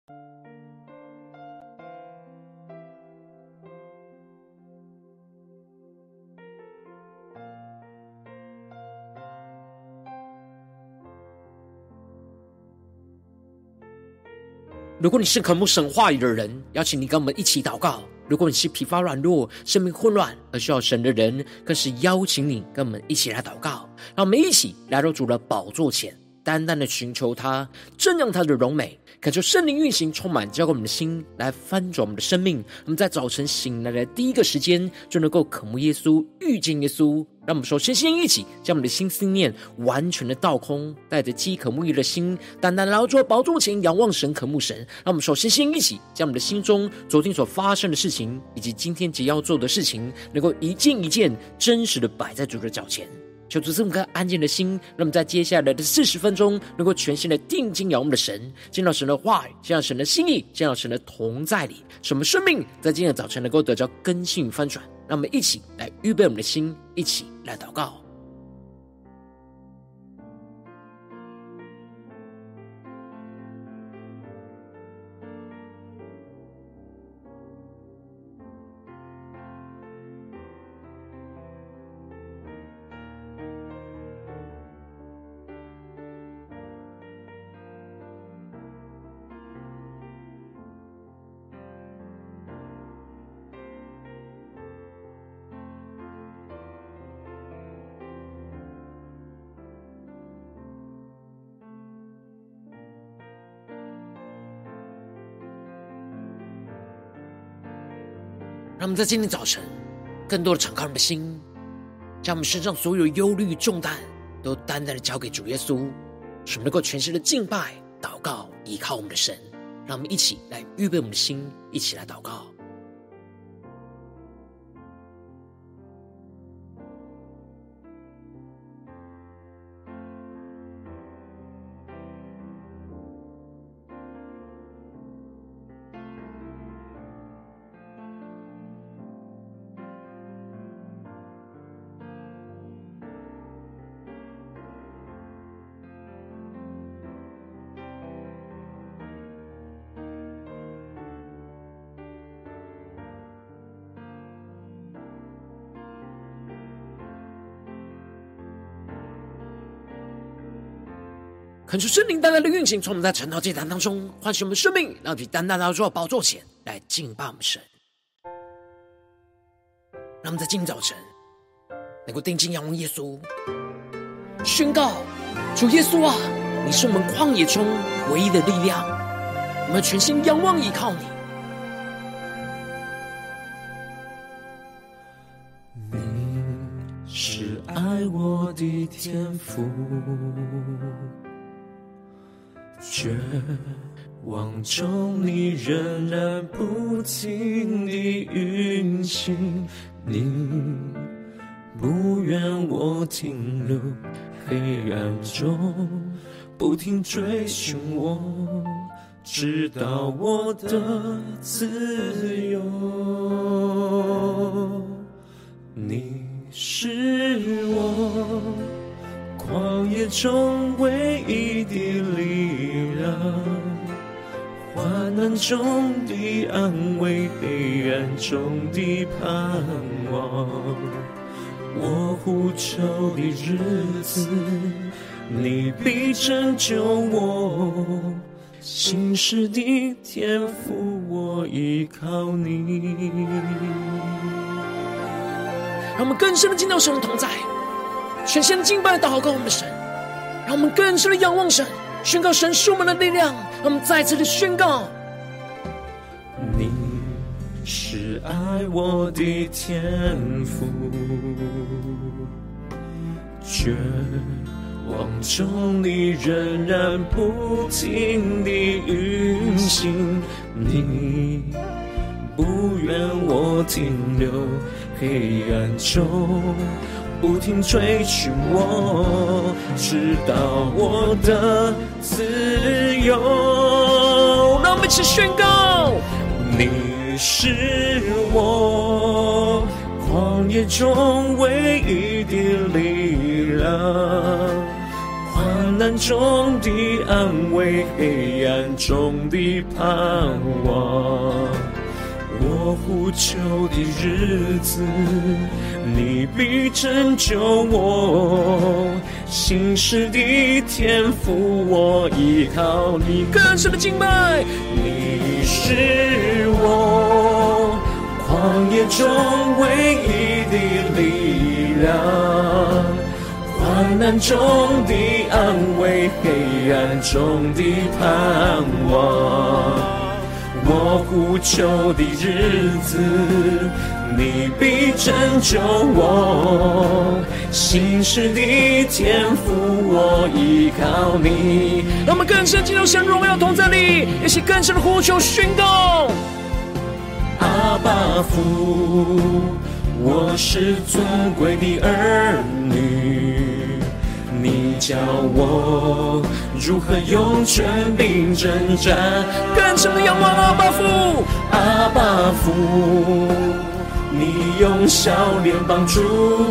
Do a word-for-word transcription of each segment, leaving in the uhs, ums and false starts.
如果你是渴慕神话语的人，邀请你跟我们一起祷告。如果你是疲乏软弱、生命混乱而需要神的人，更是邀请你跟我们一起来祷告。让我们一起来到主的宝座前，单单的寻求他，正让他的荣美，恳求圣灵运行充满，浇灌我们的心，来翻转我们的生命。我们在早晨醒来的第一个时间，就能够渴慕耶稣，遇见耶稣。让我们首先先一起将我们的心思念完全的倒空，带着饥渴沐浴的心，单单来到主的宝座前，仰望神，渴慕神。让我们首先先一起将我们的心中昨天所发生的事情，以及今天即要做的事情，能够一件一件真实的摆在主的脚前。求主赐我们安静的心，让我们在接下来的四十分钟，能够全心的定睛仰望我们的神，见到神的话语，见到神的心意，见到神的同在里，使我们生命在今天的早晨能够得到更新与翻转。让我们一起来预备我们的心，一起来祷告。让我们在今天早晨更多的敞开我们的心，将我们身上所有忧虑重担都单单的交给主耶稣，使我们能够全心的敬拜祷告，依靠我们的神。让我们一起来预备我们的心，一起来祷告。恳求圣灵单单的运行，从我们在晨祷祭坛当中唤醒我们生命，让我们单单来到宝座前来敬拜我们神。让我们在今天早晨能够定睛仰望耶稣，宣告主耶稣啊，你是我们旷野中唯一的力量，我们全心仰望依靠你。 你是爱我的天父，绝望中你仍然不停地运行，你不愿我停留黑暗中，不停追寻我，直到我的自由。你是我旷野中唯一的力量，患难中的安慰，黑暗中的盼望。我呼求的日子，你必拯救我，心事的天赋，我依靠你。 让我们更深的进到神的同在，全心敬拜祷告我们的神，让我们更深的仰望神，宣告神是我们的力量。让我们再次的宣告， 你是爱我的天父，绝望中你仍然不停地运行，你不愿我停留黑暗中，不停追寻我，直到我的自由。 让我们一起宣告， 你是我旷野中唯一的力量，患难中的安慰，黑暗中的盼望。我呼求的日子，你必拯救我。信实的天赋，我依靠你。更深的敬拜，你是我旷野中唯一的力量，患难中的安慰，黑暗中的盼望。我呼求的日子，你必拯救我。信实的天赋，我依靠你。让我们更深进入神荣耀同在里，一起更深的呼求宣告。阿爸父，我是尊贵的儿女，你教我如何用权柄征战。更深的仰望阿爸父，阿爸父，你用笑脸帮助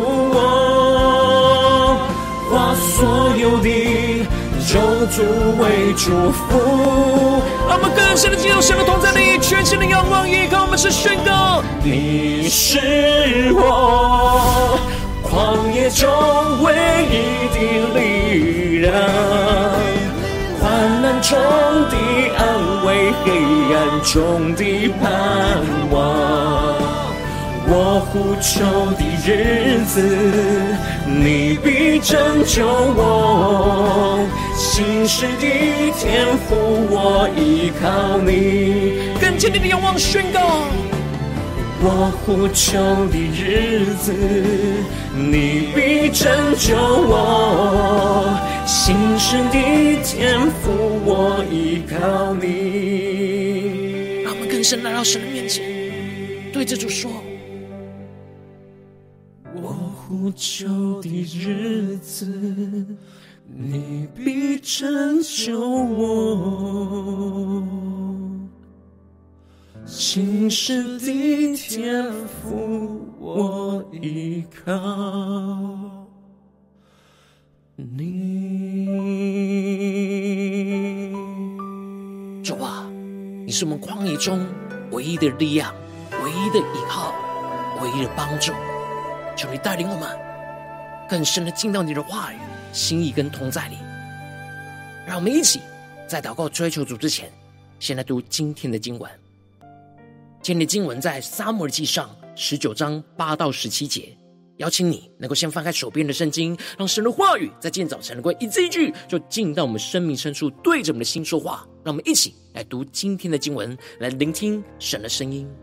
我，把所有的咒诅为祝福。让我们更深的进入神的同在里，全心的仰望依靠，我们是宣告，你是我旷野中唯一的力量，患难中的安慰，黑暗中的盼望。我呼求的日子，你必拯救我。信实的天赋，我依靠你。更坚定的仰望宣告，我呼求的日子，你必拯救我。信实的天赋，我依靠你。让我们更深来到神的面前，对着主说，我呼求的日子，你必拯救我。信实的天赋，我依靠你。 主啊，你是我们旷野中唯一的力量，唯一的依靠，唯一的帮助。求你带领我们更深的进到你的话语、心意跟同在里。让我们一起在祷告追求主之前，先来读今天的经文。今天的经文在撒母耳记上十九章八到十七节。邀请你能够先翻开手边的圣经，让神的话语在今天早晨能够一字一句就进到我们生命深处，对着我们的心说话。让我们一起来读今天的经文，来聆听神的声音。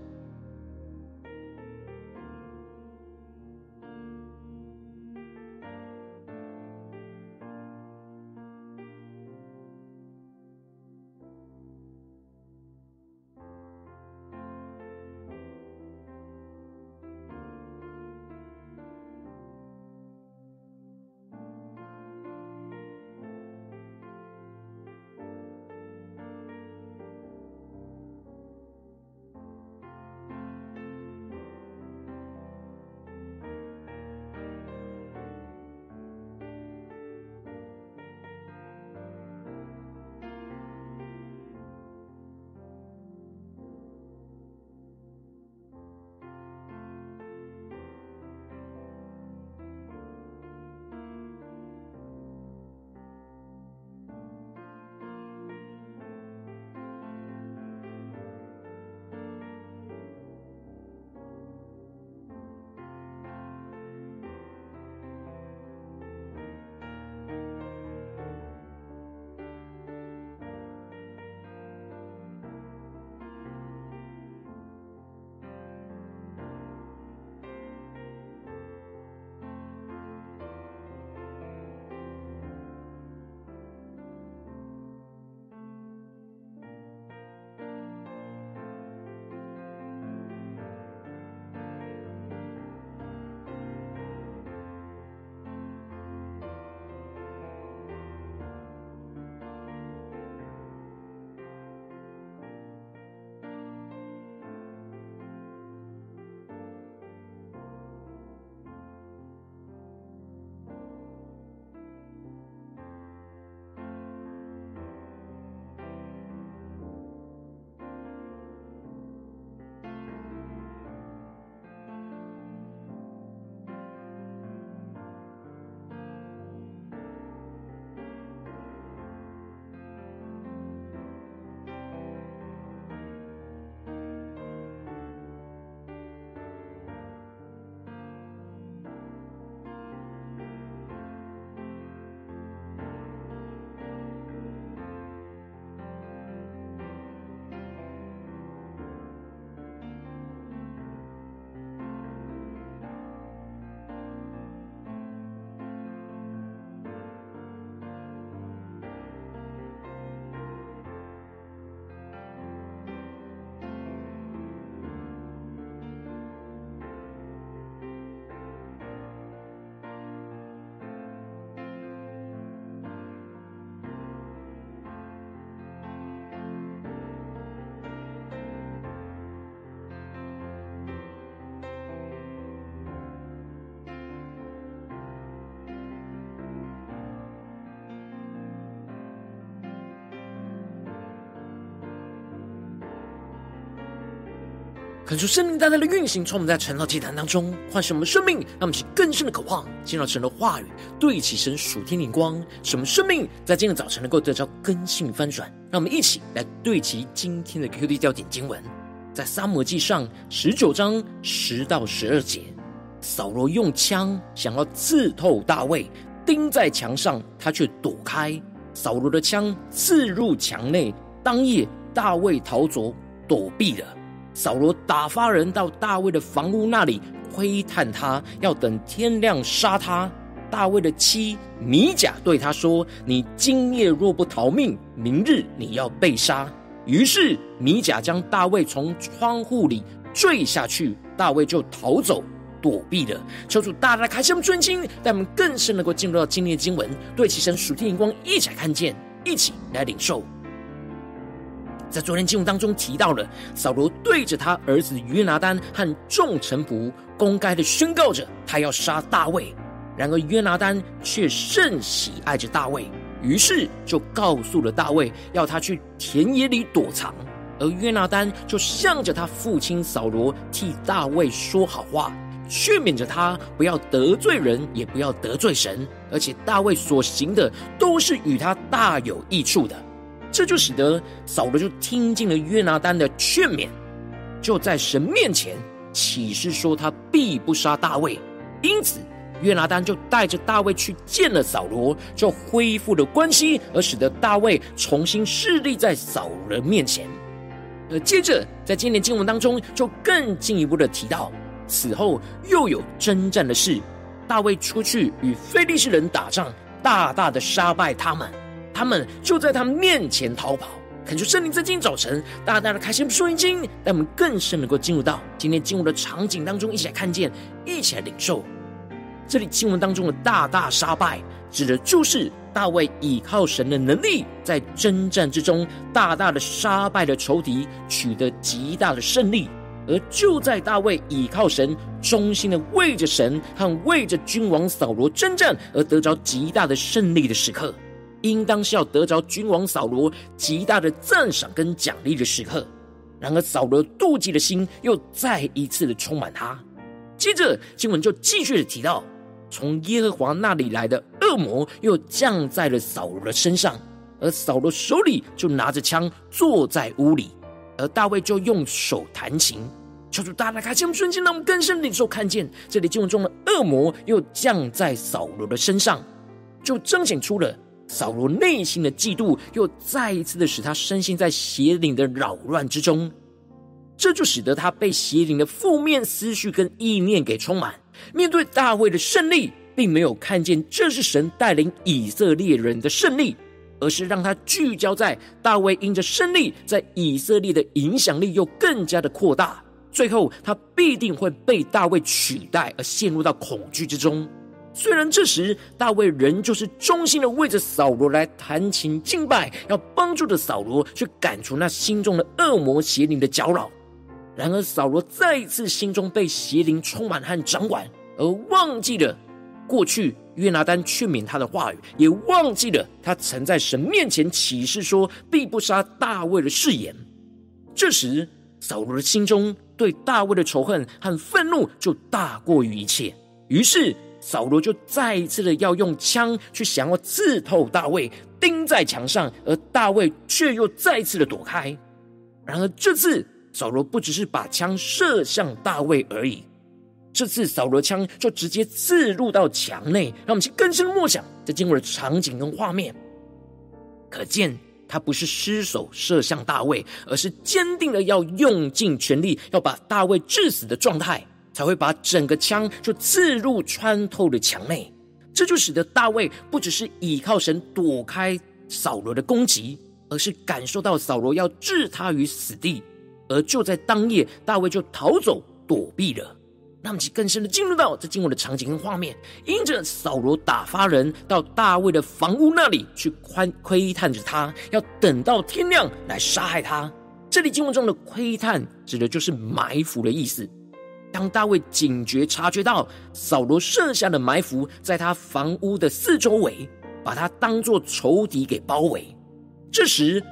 恳求圣灵大大的运行，从我们在晨祷祭坛当中唤醒我们的生命，让我们起更深的渴望见到神的话语，对齐神属天灵光，使我们生命在今天早晨能够得到更新翻转。让我们一起来对齐今天的 Q D 焦点经文，在撒母耳记上十九章十到十二节，扫罗用枪想要刺透大卫，钉在墙上，他却躲开。扫罗的枪刺入墙内，当夜大卫逃走躲避了。扫罗打发人到大卫的房屋那里窥探他，要等天亮杀他。大卫的妻米甲对他说：你今夜若不逃命，明日你要被杀。于是米甲将大卫从窗户里坠下去，大卫就逃走躲避了。求主大大的开启我们专心，带我们更深能够进入到今天的经文，对其神属天眼光一起来看见，一起来领受。在昨天经文当中提到了，扫罗对着他儿子约拿单和众臣仆公开的宣告着他要杀大卫。然而约拿单却甚喜爱着大卫，于是就告诉了大卫要他去田野里躲藏。而约拿单就向着他父亲扫罗替大卫说好话，劝勉着他不要得罪人，也不要得罪神，而且大卫所行的都是与他大有益处的。这就使得扫罗就听进了约拿单的劝勉，就在神面前起誓说他必不杀大卫。因此约拿单就带着大卫去见了扫罗，就恢复了关系，而使得大卫重新侍立在扫罗面前。而接着在今天经文当中就更进一步的提到，此后又有征战的事，大卫出去与非利士人打仗，大大的杀败他们，他们就在他们面前逃跑。恳求圣灵在今天早晨大大的开心说灵经，让我们更深能够进入到今天经文的场景当中，一起来看见，一起来领受。这里经文当中的大大杀败，指的就是大卫倚靠神的能力，在征战之中大大的杀败了仇敌，取得极大的胜利。而就在大卫倚靠神，忠心的为着神和为着君王扫罗征战而得着极大的胜利的时刻，应当是要得着君王扫罗极大的赞赏跟奖励的时刻。然而扫罗妒忌的心又再一次的充满他。接着经文就继续的提到，从耶和华那里来的恶魔又降在了扫罗的身上，而扫罗手里就拿着枪坐在屋里，而大卫就用手弹琴。求主大大开启我们瞬间，让我们更深领受看见，这里经文中的恶魔又降在扫罗的身上，就彰显出了扫罗内心的嫉妒，又再一次的使他深陷在邪灵的扰乱之中。这就使得他被邪灵的负面思绪跟意念给充满，面对大卫的胜利，并没有看见这是神带领以色列人的胜利，而是让他聚焦在大卫因着胜利在以色列的影响力又更加的扩大，最后他必定会被大卫取代而陷入到恐惧之中。虽然这时大卫仍旧是忠心的为着扫罗来弹琴敬拜，要帮助着扫罗去赶除那心中的恶魔邪灵的搅扰，然而扫罗再一次心中被邪灵充满和掌管，而忘记了过去约拿单劝勉他的话语，也忘记了他曾在神面前起誓说必不杀大卫的誓言。这时扫罗的心中对大卫的仇恨和愤怒就大过于一切，于是扫罗就再一次的要用枪去想要刺透大卫，钉在墙上，而大卫却又再一次的躲开。然而这次扫罗不只是把枪射向大卫而已，这次扫罗枪就直接刺入到墙内。让我们去更深默想这经文的场景跟画面，可见他不是失手射向大卫，而是坚定的要用尽全力要把大卫致死的状态，才会把整个枪就刺入穿透的墙内。这就使得大卫不只是倚靠神躲开扫罗的攻击，而是感受到扫罗要置他于死地。而就在当夜，大卫就逃走躲避了。让我们更深的进入到这经文的场景跟画面，因着扫罗打发人到大卫的房屋那里去窥探着他，要等到天亮来杀害他。这里经文中的窥探指的就是埋伏的意思。当大卫警觉察觉到扫罗设下的埋伏在他房屋的四周围，把他当作仇敌给包围，这时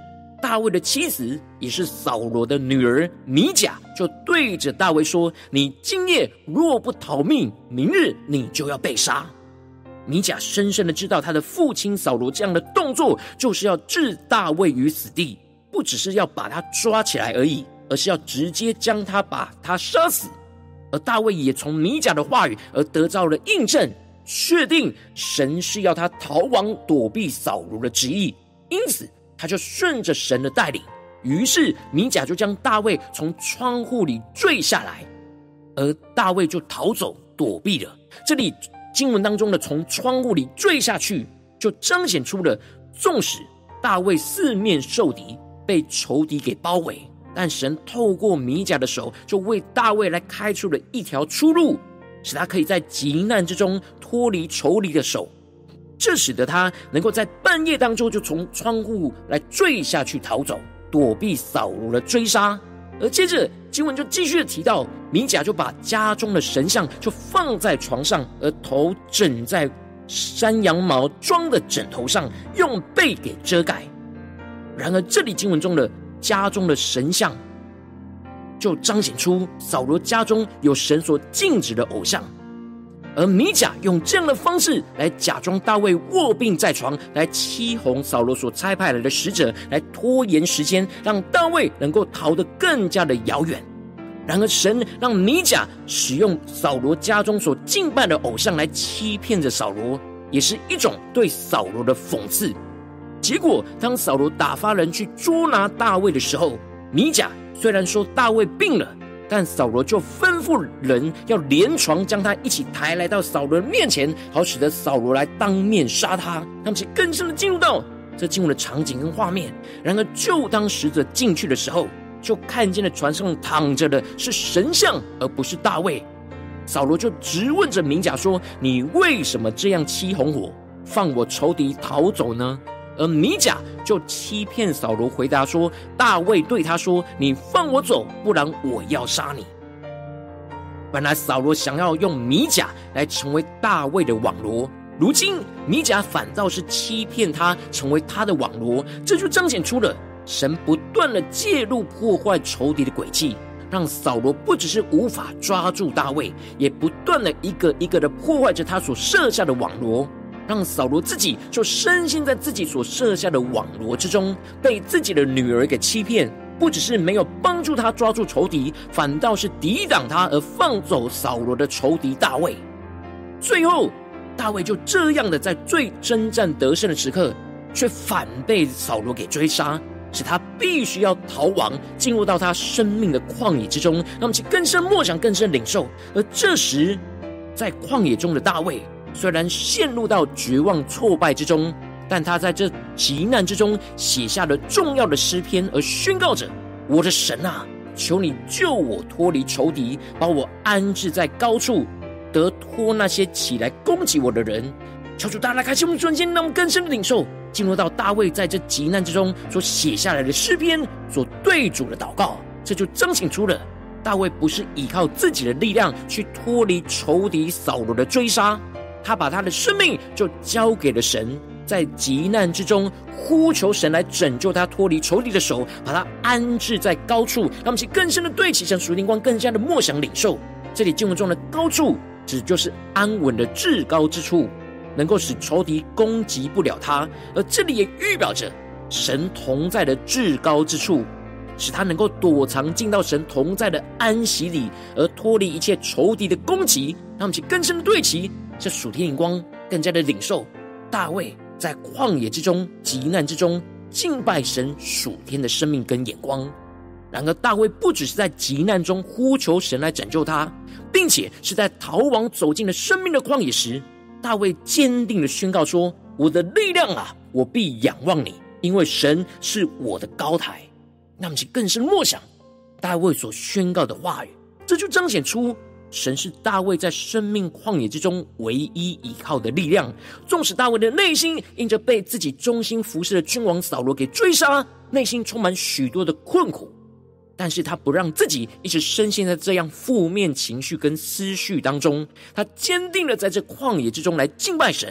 大卫的妻子也是扫罗的女儿米甲就对着大卫说：你今夜若不逃命，明日你就要被杀。米甲深深的知道他的父亲扫罗这样的动作就是要置大卫于死地，不只是要把他抓起来而已，而是要直接将他把他杀死。而大卫也从米甲的话语而得到了印证，确定神是要他逃亡躲避扫罗的旨意，因此他就顺着神的带领，于是米甲就将大卫从窗户里坠下来，而大卫就逃走躲避了。这里经文当中的从窗户里坠下去，就彰显出了纵使大卫四面受敌，被仇敌给包围，但神透过米甲的手就为大卫来开出了一条出路，使他可以在急难之中脱离仇敌的手，这使得他能够在半夜当中就从窗户来坠下去逃走，躲避扫罗的追杀。而接着经文就继续的提到，米甲就把家中的神像就放在床上，而头枕在山羊毛装的枕头上，用被给遮盖。然而这里经文中的家中的神像就彰显出扫罗家中有神所禁止的偶像，而米甲用这样的方式来假装大卫卧病在床，来欺哄扫罗所差派来的使者，来拖延时间，让大卫能够逃得更加的遥远。然而神让米甲使用扫罗家中所敬拜的偶像来欺骗着扫罗，也是一种对扫罗的讽刺。结果当扫罗打发人去捉拿大卫的时候，米甲虽然说大卫病了，但扫罗就吩咐人要连床将他一起抬来到扫罗的面前，好使得扫罗来当面杀他。他们更深的进入到这经文的场景跟画面。然而就当使者进去的时候，就看见了船上躺着的是神像，而不是大卫。扫罗就直问着米甲说：你为什么这样欺哄我，放我仇敌逃走呢？而米甲就欺骗扫罗，回答说：大卫对他说：你放我走，不然我要杀你。本来扫罗想要用米甲来成为大卫的网罗，如今米甲反倒是欺骗他，成为他的网罗。这就彰显出了神不断的介入破坏仇敌的诡计，让扫罗不只是无法抓住大卫，也不断的一个一个的破坏着他所设下的网罗，让扫罗自己就深陷在自己所设下的网罗之中，被自己的女儿给欺骗，不只是没有帮助他抓住仇敌，反倒是抵挡他而放走扫罗的仇敌大卫。最后大卫就这样的在最征战得胜的时刻，却反被扫罗给追杀，使他必须要逃亡，进入到他生命的旷野之中，让我们去更深默想，更深领受。而这时在旷野中的大卫虽然陷入到绝望挫败之中，但他在这急难之中写下了重要的诗篇，而宣告着：我的神啊，求你救我脱离仇敌，把我安置在高处，得脱那些起来攻击我的人。求主大家来开启我们瞬间，让我们更深的领受，进入到大卫在这急难之中所写下来的诗篇，所对主的祷告。这就彰显出了大卫不是依靠自己的力量去脱离仇敌扫罗的追杀，他把他的生命就交给了神，在急难之中呼求神来拯救他脱离仇敌的手，把他安置在高处。让我们去更深的对齐神属灵光，更加的默想领受。这里经文中的高处指就是安稳的至高之处，能够使仇敌攻击不了他。而这里也预表着神同在的至高之处，使他能够躲藏进到神同在的安息里，而脱离一切仇敌的攻击。让我们去更深的对齐这属天眼光，更加的领受大卫在旷野之中急难之中敬拜神属天的生命跟眼光。然而大卫不只是在急难中呼求神来拯救他，并且是在逃亡走进了生命的旷野时，大卫坚定的宣告说：我的力量啊，我必仰望你，因为神是我的高台。那么请更深默想大卫所宣告的话语，这就彰显出神是大卫在生命旷野之中唯一依靠的力量。纵使大卫的内心因着被自己忠心服侍的君王扫罗给追杀，内心充满许多的困苦，但是他不让自己一直深陷在这样负面情绪跟思绪当中，他坚定的在这旷野之中来敬拜神，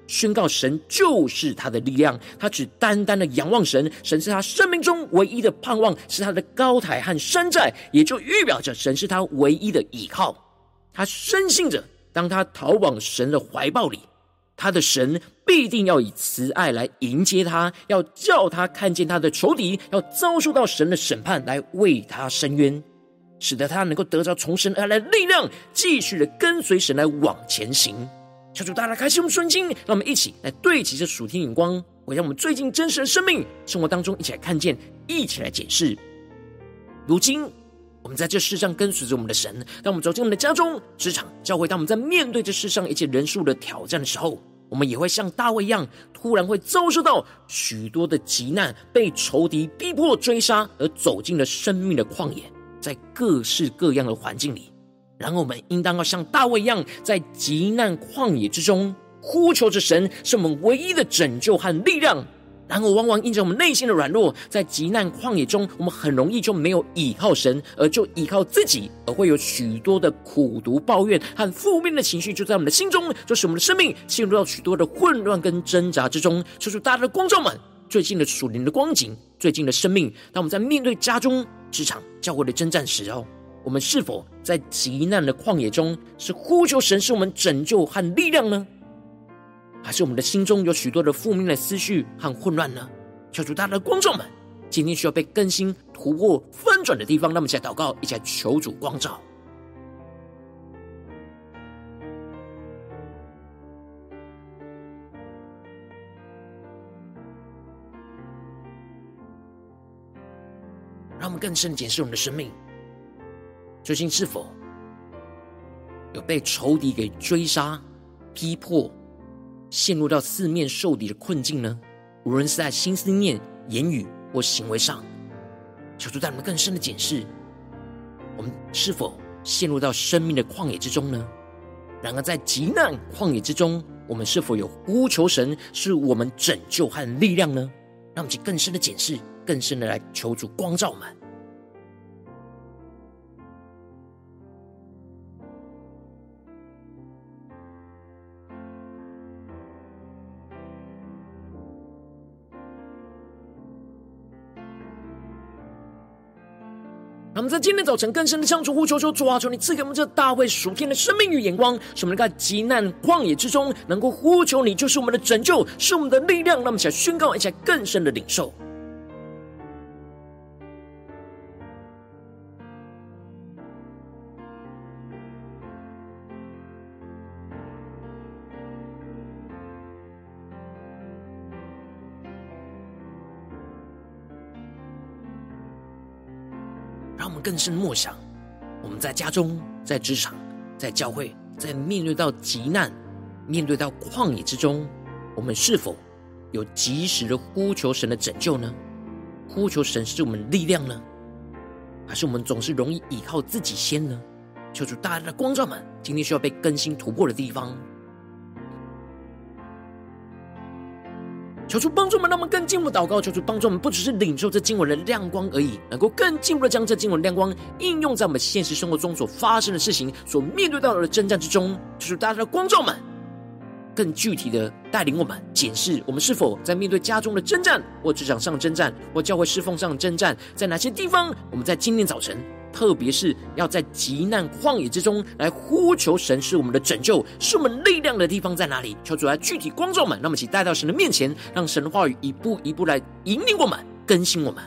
宣告神就是他的力量，他只单单的仰望神，神是他生命中唯一的盼望，是他的高台和山寨，也就预表着神是他唯一的依靠。他深信着，当他逃往神的怀抱里，他的神必定要以慈爱来迎接他，要叫他看见他的仇敌要遭受到神的审判，来为他伸冤，使得他能够得着从神而来的力量，继续的跟随神来往前行。求主大家开启我们顺经，让我们一起来对齐这属天眼光，回到我们最近真实的生命生活当中，一起来看见，一起来检视。如今我们在这世上跟随着我们的神，当我们走进我们的家中、职场、教会，当我们在面对这世上一切人数的挑战的时候，我们也会像大卫一样，突然会遭受到许多的急难，被仇敌逼迫追杀，而走进了生命的旷野，在各式各样的环境里。然后我们应当要像大卫一样，在急难旷野之中呼求着神，是我们唯一的拯救和力量。然后往往因着我们内心的软弱，在急难旷野中，我们很容易就没有依靠神，而就依靠自己，而会有许多的苦毒抱怨和负面的情绪就在我们的心中，就使我们的生命陷入到许多的混乱跟挣扎之中。求主大家的光照们最近的属灵的光景，最近的生命，当我们在面对家中、职场、教会的征战时候，我们是否在极难的旷野中是呼求神是我们拯救和力量呢？还是我们的心中有许多的负面的思绪和混乱呢？求主大家的光照们今天需要被更新、突破、翻转的地方，让我们一起来祷告，一起来求主光照。让我们更深地检视我们的生命，最近是否有被仇敌给追杀、逼迫，陷入到四面受敌的困境呢？无论是在心思念、言语或行为上，求主带我们更深的检视，我们是否陷入到生命的旷野之中呢？然而在极难旷野之中，我们是否有呼求神是我们拯救和力量呢？让我们去更深的检视，更深的来求主光照我们。让我们在今天早晨更深的向主呼求说，主啊，求你赐给我们这大卫属天的生命与眼光，使我们在极难旷野之中能够呼求你，就是我们的拯救，是我们的力量。让我们一起来宣告，一起来更深的领受。让我们更深默想，我们在家中、在职场、在教会，在面对到急难、面对到旷野之中，我们是否有及时的呼求神的拯救呢？呼求神是我们的力量呢？还是我们总是容易依靠自己先呢？求主大家的光照们今天需要被更新突破的地方，求主帮助我们，让我们更进一步祷告。求主帮助我们，不只是领受这经文的亮光而已，能够更进一步的将这经文亮光应用在我们现实生活中所发生的事情、所面对到的征战之中。求主大家的光照们更具体的带领我们检视，我们是否在面对家中的征战，或职场上的征战，或教会侍奉上的征战，在哪些地方我们在今天早晨特别是要在急难旷野之中来呼求神是我们的拯救，是我们力量的地方在哪里？求主来具体光照我们，让我们一起带到神的面前，让神的话语一步一步来引领我们，更新我们。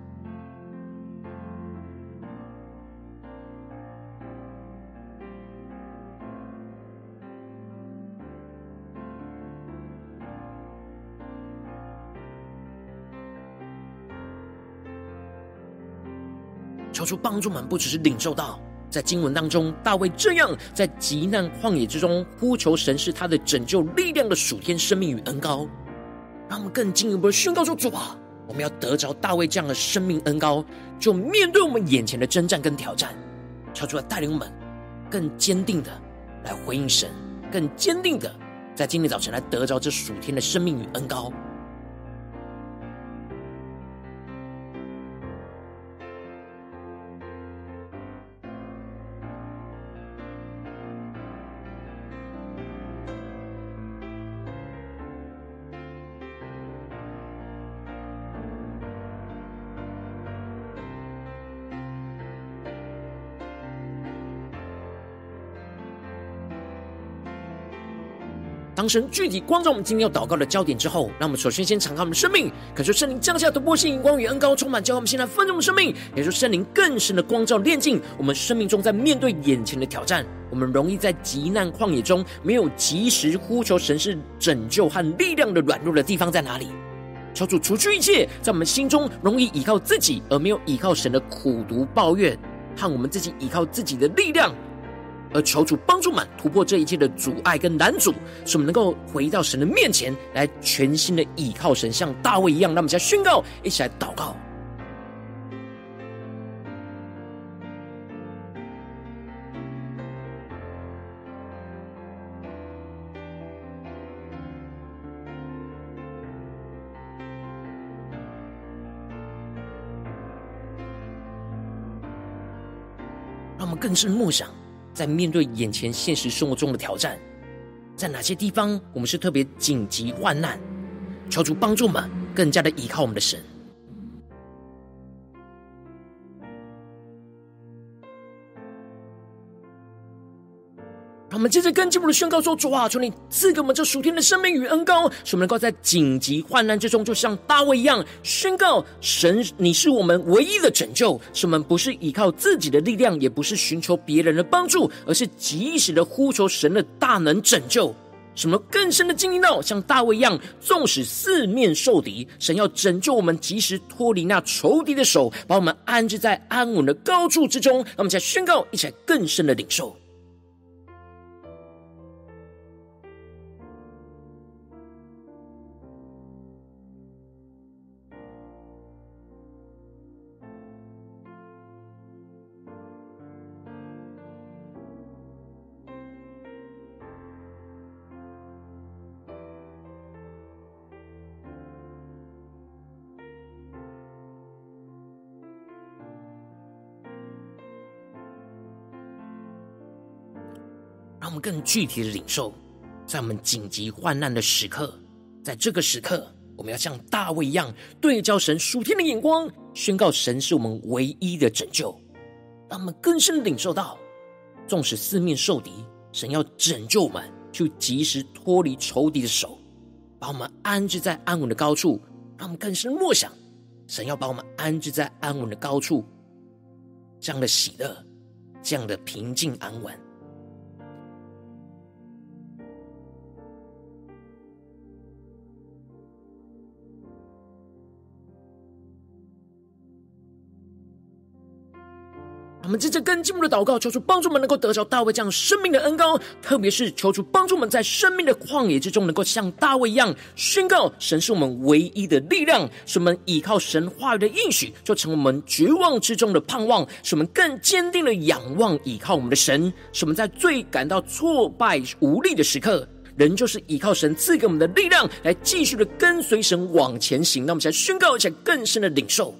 求主帮助我们，不只是领受到在经文当中大卫这样在极难旷野之中呼求神是他的拯救力量的属天生命与恩膏，让我们更进一步的宣告说，主啊，我们要得着大卫这样的生命恩膏，就面对我们眼前的征战跟挑战，求主来带领我们更坚定的来回应神，更坚定的在今天早晨来得着这属天的生命与恩膏。 当神具体光照我们今天要祷告的焦点之后，让我们首先先敞开我们的生命，感受圣灵降下突破性荧光与恩膏充满，教我们现在分盛我们生命，也就是圣灵更深的光照炼净我们生命中，在面对眼前的挑战，我们容易在急难旷野中没有及时呼求神是拯救和力量的软弱的地方在哪里？求主除去一切在我们心中容易依靠自己而没有依靠神的苦毒抱怨，和我们自己依靠自己的力量，而求主帮助我们突破这一切的阻碍跟拦阻，使我们能够回到神的面前来全心的依靠神，像大卫一样。让我们现在宣告，一起来祷告。让我们更深默想，在面对眼前现实生活中的挑战，在哪些地方我们是特别紧急患难，求主帮助我们更加的依靠我们的神。让我们接着更进一步的宣告说，主啊，求你赐给我们这属天的生命与恩膏，使我们能够在紧急患难之中，就像大卫一样宣告神，你是我们唯一的拯救，使我们不是依靠自己的力量，也不是寻求别人的帮助，而是及时的呼求神的大能拯救，使我们更深的经历到像大卫一样，纵使四面受敌，神要拯救我们，及时脱离那仇敌的手，把我们安置在安稳的高处之中。让我们再宣告，一起来更深的领受。让我们更具体的领受，在我们紧急患难的时刻，在这个时刻，我们要像大卫一样，对焦神属天的眼光，宣告神是我们唯一的拯救。让我们更深的领受到，纵使四面受敌，神要拯救我们，去及时脱离仇敌的手，把我们安置在安稳的高处。让我们更深默想，神要把我们安置在安稳的高处，这样的喜乐，这样的平静安稳。我们接着更进一步的祷告，求主帮助我们能够得着大卫这样生命的恩膏，特别是求主帮助我们在生命的旷野之中，能够像大卫一样宣告神是我们唯一的力量，使我们依靠神话语的应许，就成为我们绝望之中的盼望，使我们更坚定的仰望依靠我们的神，使我们在最感到挫败无力的时刻，仍旧是依靠神赐给我们的力量，来继续的跟随神往前行。那我们现在宣告一下更深的领受。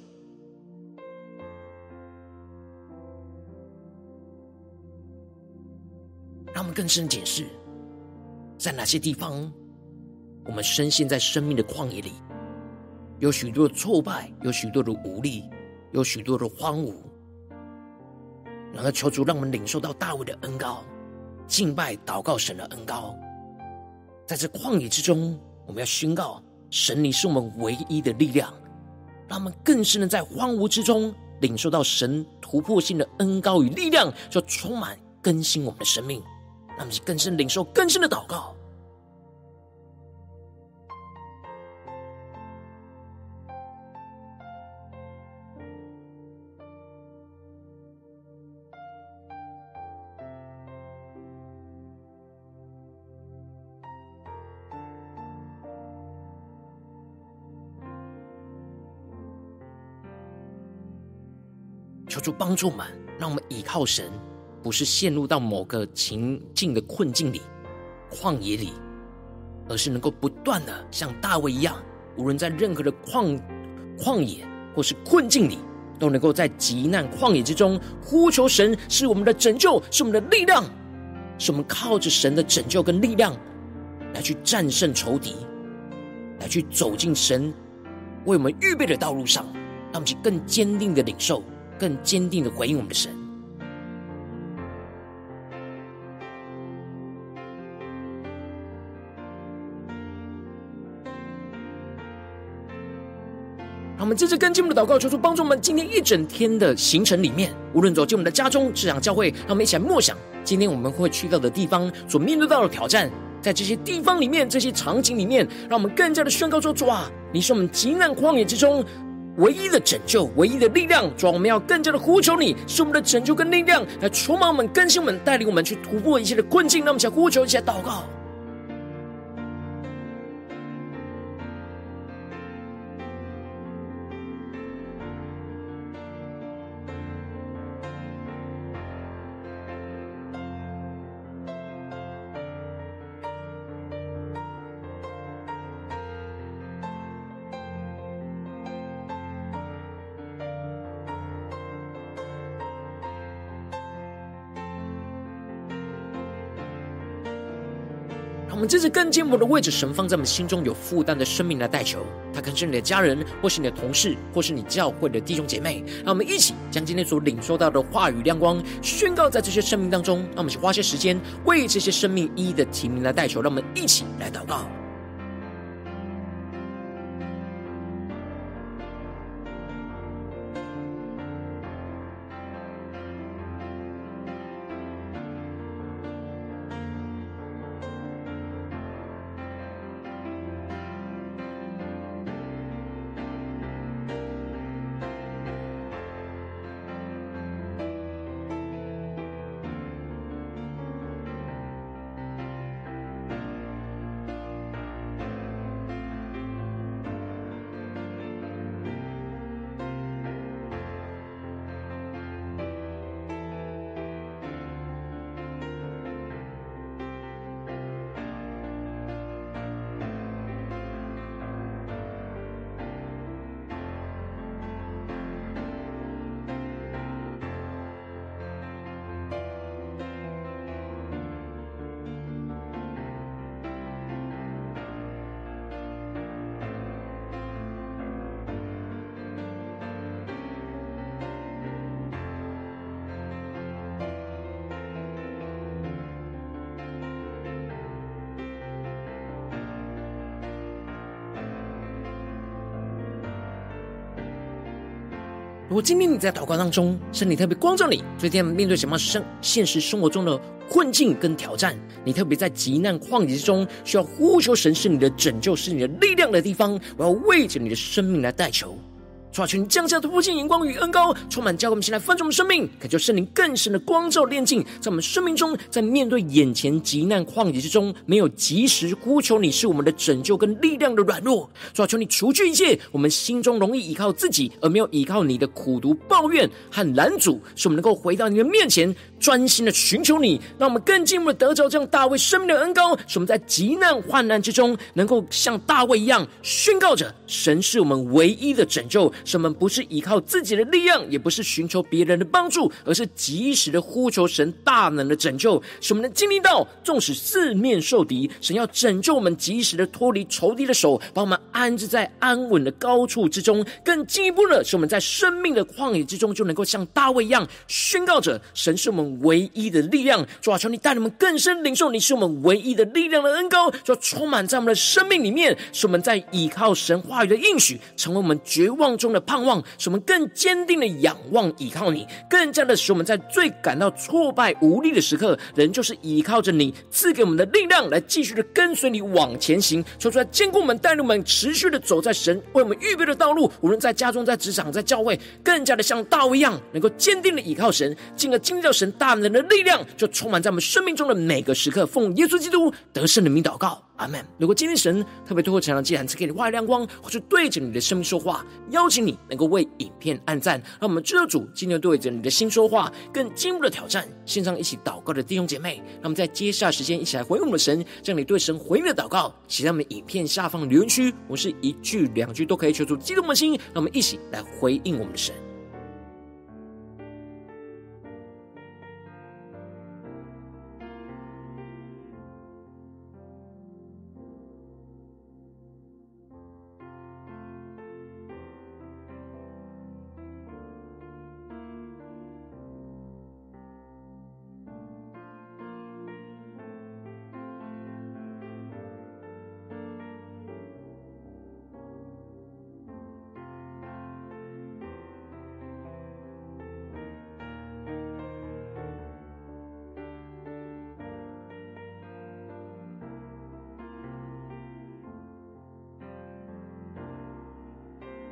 让我们更深检视，在哪些地方我们深陷在生命的旷野里，有许多的挫败，有许多的无力，有许多的荒芜。然而求主让我们领受到大卫的恩膏，敬拜祷告神的恩膏。在这旷野之中，我们要宣告神你是我们唯一的力量，让我们更深的在荒芜之中领受到神突破性的恩膏与力量，就充满更新我们的生命。让我们更深领受更深的祷告。求主帮助我们，让我们依靠神，不是陷入到某个情境的困境里、旷野里，而是能够不断的像大卫一样，无论在任何的旷旷野或是困境里，都能够在急难旷野之中呼求神是我们的拯救，是我们的力量，是我们靠着神的拯救跟力量来去战胜仇敌，来去走进神为我们预备的道路上，让我们去更坚定的领受，更坚定的回应我们的神。 让我们接着跟进我们的祷告，求主帮助我们今天一整天的行程里面，无论走进我们的家中、职场、教会，让我们一起来默想今天我们会去到的地方所面对到的挑战。在这些地方里面，这些场景里面，让我们更加的宣告说：主啊，你是我们急难旷野之中唯一的拯救，唯一的力量。主啊，我们要更加的呼求你，是我们的拯救跟力量，来充满我们、更新我们，带领我们去突破一切的困境。让我们一起来呼求，一起来祷告。我们这次更进一步的位置，神放在我们心中有负担的生命来代求，他可能是你的家人，或是你的同事，或是你教会的弟兄姐妹。让我们一起将今天所领受到的话语亮光宣告在这些生命当中。让我们一起花些时间为这些生命一一的提名来代求。让我们一起来祷告。如果今天你在祷告当中，圣灵特别光照你，最近面对什么生现实生活中的困境跟挑战，你特别在急难旷野之中需要呼求神是你的拯救，是你的力量的地方，我要为着你的生命来代求。主啊，求你降下突破性眼光与恩膏，充满教会我们先来翻转我们生命，恳求圣灵更深的光照炼净，在我们生命中，在面对眼前急难旷野之中，没有及时呼求你是我们的拯救跟力量的软弱。主啊，求你除去一切我们心中容易依靠自己而没有依靠你的苦毒抱怨和拦阻，使我们能够回到你的面前，专心的寻求你，让我们更进一步的得着这样大卫生命的恩膏，使我们在急难患难之中，能够像大卫一样宣告着神是我们唯一的拯救，使我们不是依靠自己的力量，也不是寻求别人的帮助，而是及时的呼求神大能的拯救，使我们能经历到纵使四面受敌，神要拯救我们，及时的脱离仇敌的手，把我们安置在安稳的高处之中。更进一步的使我们在生命的旷野之中，就能够像大卫一样宣告着神是我们唯一的力量。主啊，求你带你们更深领受你是我们唯一的力量的恩膏，就充满在我们的生命里面，使我们在依靠神话语的应许，成为我们绝望中的盼望，使我们更坚定的仰望依靠你，更加的使我们在最感到挫败无力的时刻，仍旧是依靠着你赐给我们的力量，来继续的跟随你往前行。求出来坚固我们，带领我们持续的走在神为我们预备的道路，无论在家中、在职场、在教会，更加的像大卫一样，能够坚定的依靠神，进而经历到神大能的力量，就充满在我们生命中的每个时刻。奉耶稣基督得胜的名祷告，阿们。如果今天神特别透过这样的祭坛赐给你话语亮光，或是对着你的生命说话，邀请你能够为影片按赞，让我们知道主今天对着你的心说话，更进一步的挑战线上一起祷告的弟兄姐妹。让我们在接下来时间一起来回应我们的神，将你对神回应的祷告写在我们影片下方留言区，我是一句两句都可以求出激动的心，让我们一起来回应我们的神。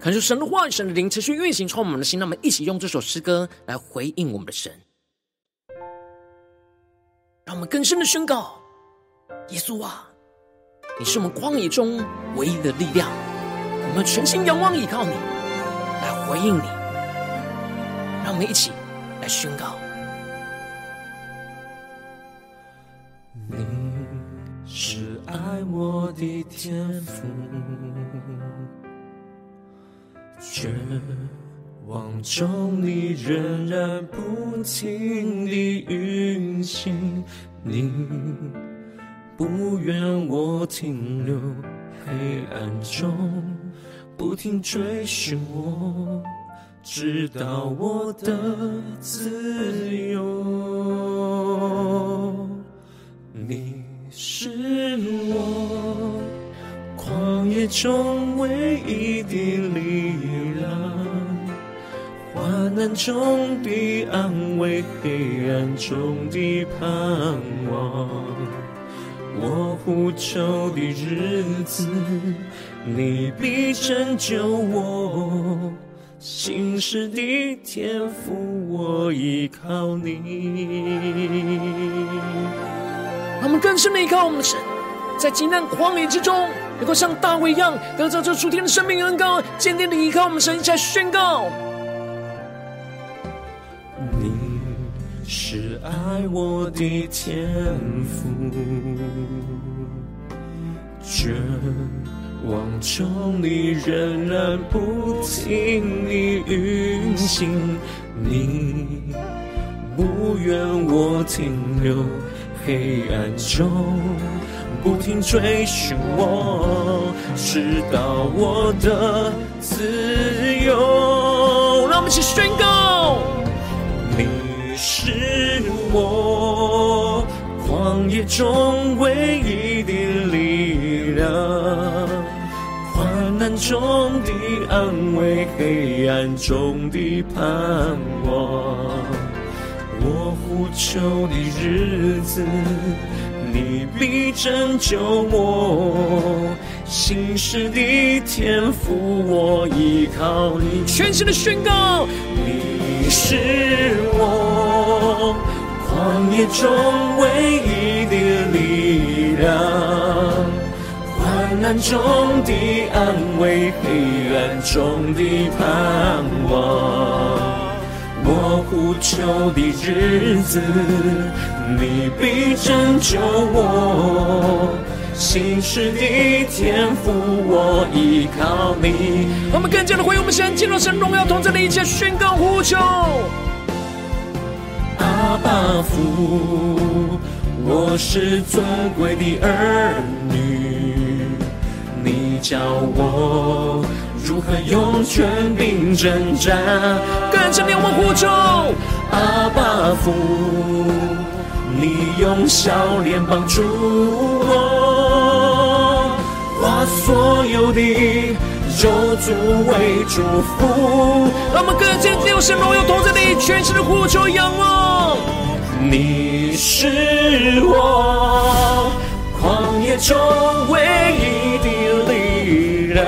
恳求神的话语、神的灵持续运行充满我们的心，让我们一起用这首诗歌来回应我们的神，让我们更深的宣告：耶稣啊，你是我们旷野中唯一的力量，我们全心仰望依靠你，来回应你。让我们一起来宣告： 你是爱我的天父，绝望中你仍然不停地运行，你不愿我停留黑暗中，不停追寻我，直到我的自由。你是我旷野中唯一的力量，患难中的安慰，黑暗中的盼望。我呼求的日子，你必拯救我，信实的天父，我依靠你。 让我们更深的依靠我们的神，在极难旷野之中，能够像大卫一样得着这属天的生命恩膏，坚定的依靠我们神，一起来宣告： 你是爱我的天父，绝望中你仍然不停地运行，你不愿我停留黑暗中，不停追寻我，直到我的自由。 让我们一起宣告： 你是我旷野中唯一的力量，患难中的安慰，黑暗中的盼望。我呼求的日子，你必拯救我，信实的天父，我依靠你。 全心的宣告： 你是我旷野中唯一的力量，患难中的安慰，黑暗中的盼望。我呼求的日子，你必拯救我，信实的天父，我依靠你。 我们更加的回应我们神，进入神荣耀同在的一切宣告呼求。 阿爸父，我是尊贵的儿女，你教我如何用权柄征战。 更深的我们呼求， 阿爸父，你用笑脸帮助我，把所有的咒诅为祝福。 让我们更加的用神荣耀同在的全新的呼求仰望。 你是我旷野中唯一的力量，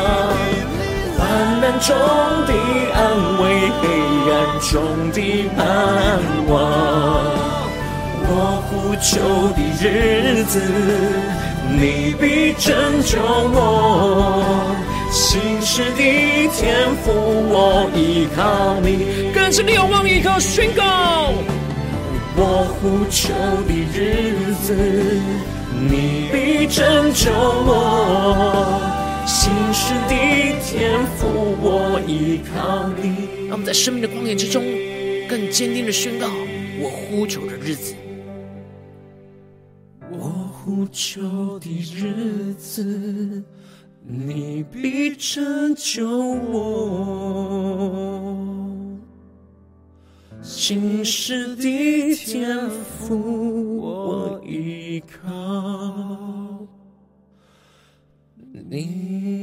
患难中的安慰，黑暗中的盼望。我呼求的日子，你必拯救我，信实的天父，我依靠你。 更深的仰望依靠宣告， 我呼求的日子，你必拯救我，信实的天父，我依靠你。 让我们在生命的旷野之中更坚定的宣告：我呼求的日子， 我呼求的日子，你必拯救我，信实的天父，我依靠你。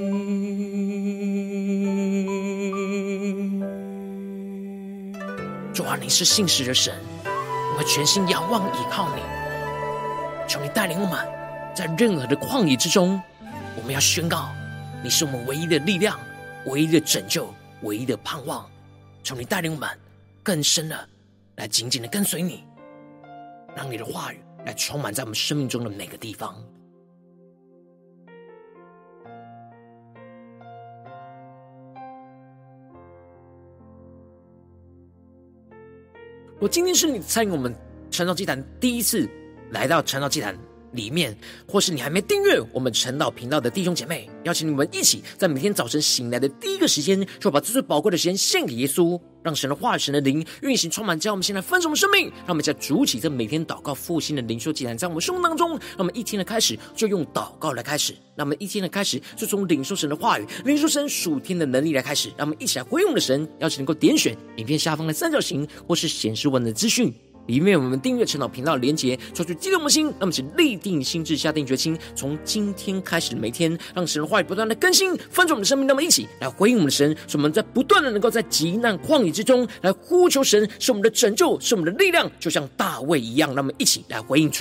主啊，你是信实的神，我们全心仰望依靠你。求你带领我们，在任何的旷野之中，我们要宣告你是我们唯一的力量， 唯一的拯救，唯一的盼望。求你带领我们更深的来紧紧的跟随你，让你的话语来充满在我们生命中的每个地方。如果今天是你参与我们晨祷祭坛第一次来到晨祷祭坛里面，或是你还没订阅我们晨祷频道的弟兄姐妹，邀请你们一起在每天早晨醒来的第一个时间，就把这最宝贵的时间献给耶稣，让神的话语、神的灵运行充满，将我们现在分盛的生命。让我们在主起这每天祷告复兴的灵修祭坛，在我们生命当中，让我们一天的开始就用祷告来开始，让我们一天的开始就从领受神的话语、领受神属天的能力来开始。让我们一起来回应我们的神。邀请能够点选影片下方的三角形，或是显示文的资讯里面，我们订阅晨祷频道的连结，抽出激动的心，让我们一起立定心志，下定决心，从今天开始的每天，让神的话语不断的更新翻转我们的生命。让我们一起来回应我们的神，使我们在不断的能够在急难旷野之中来呼求神，是我们的拯救，是我们的力量，就像大卫一样。让我们一起来回应主。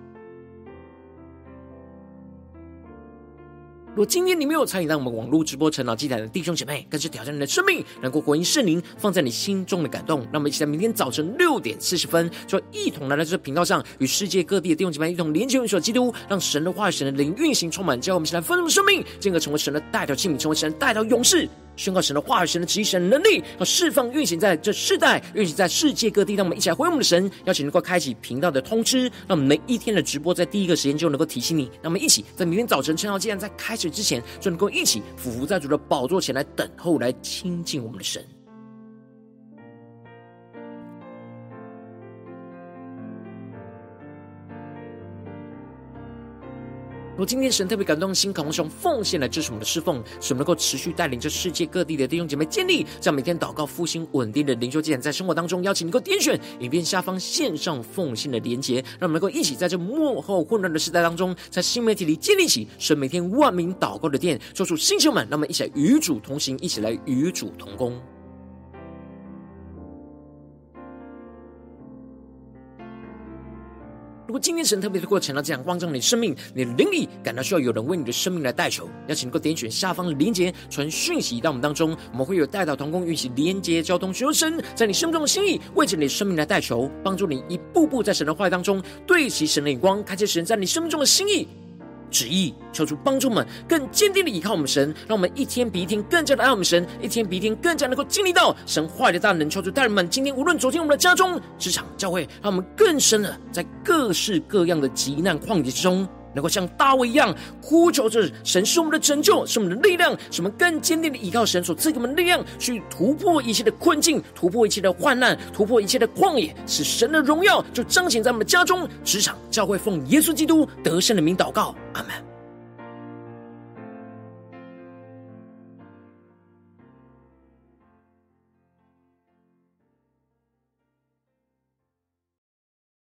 如果今天你没有参与到我们网络直播晨祷祭坛的弟兄姐妹，更是挑战你的生命，能够回应圣灵放在你心中的感动。让我们一起在明天早晨六点四十分，就一同来到这频道上，与世界各地的弟兄姐妹一同连接、运手基督，让神的话语、神的灵运行充满，教我们一起来分盛生命，进而成为神的代表器皿，成为神的代表勇士，宣告神的话语、神的旨意、神的能力，要释放运行在这世代，运行在世界各地。让我们一起来回应我们的神，邀请能够开启频道的通知，让我们每一天的直播在第一个时间就能够提醒你。让我们一起在明天早晨晨祷祭坛在开始之前，就能够一起俯伏在主的宝座前来等候，来亲近我们的神。如果今天神特别感动的心，渴望用奉献来支持我们的侍奉，使我们能够持续带领着世界各地的弟兄姐妹建立这样每天祷告复兴稳定的灵修祭坛，在生活当中邀请你能够点选影片下方线上奉献的连结，让我们能够一起在这幕后混乱的时代当中，在新媒体里建立起神每天万名祷告的殿，做出新球们，让我们一起来与主同行，一起来与主同工。如果今天神特别透过晨祷这样光照你的生命，你的灵里感到需要有人为你的生命来代求，邀请能够点选下方的连结，传讯息到我们当中，我们会有代祷同工运行连结交通，求神在你生命中的心意，为着你的生命来代求，帮助你一步步在神的话语当中对齐神的眼光，看见神在你生命中的心意旨意，求主帮助我们更坚定的依靠我们神，让我们一天比一天更加的爱我们神，一天比一天更加能够经历到神话语的大能。求主带领我们今天无论走进我们的家中、职场、教会，让我们更深的在各式各样的急难旷野之中，能够像大卫一样呼求着神是我们的拯救，是我们的力量，使我们更坚定的依靠神所赐给我们的力量，去突破一切的困境，突破一切的患难，突破一切的旷野，使神的荣耀就彰显在我们的家中、职场、教会，奉耶稣基督得胜的名祷告，阿们。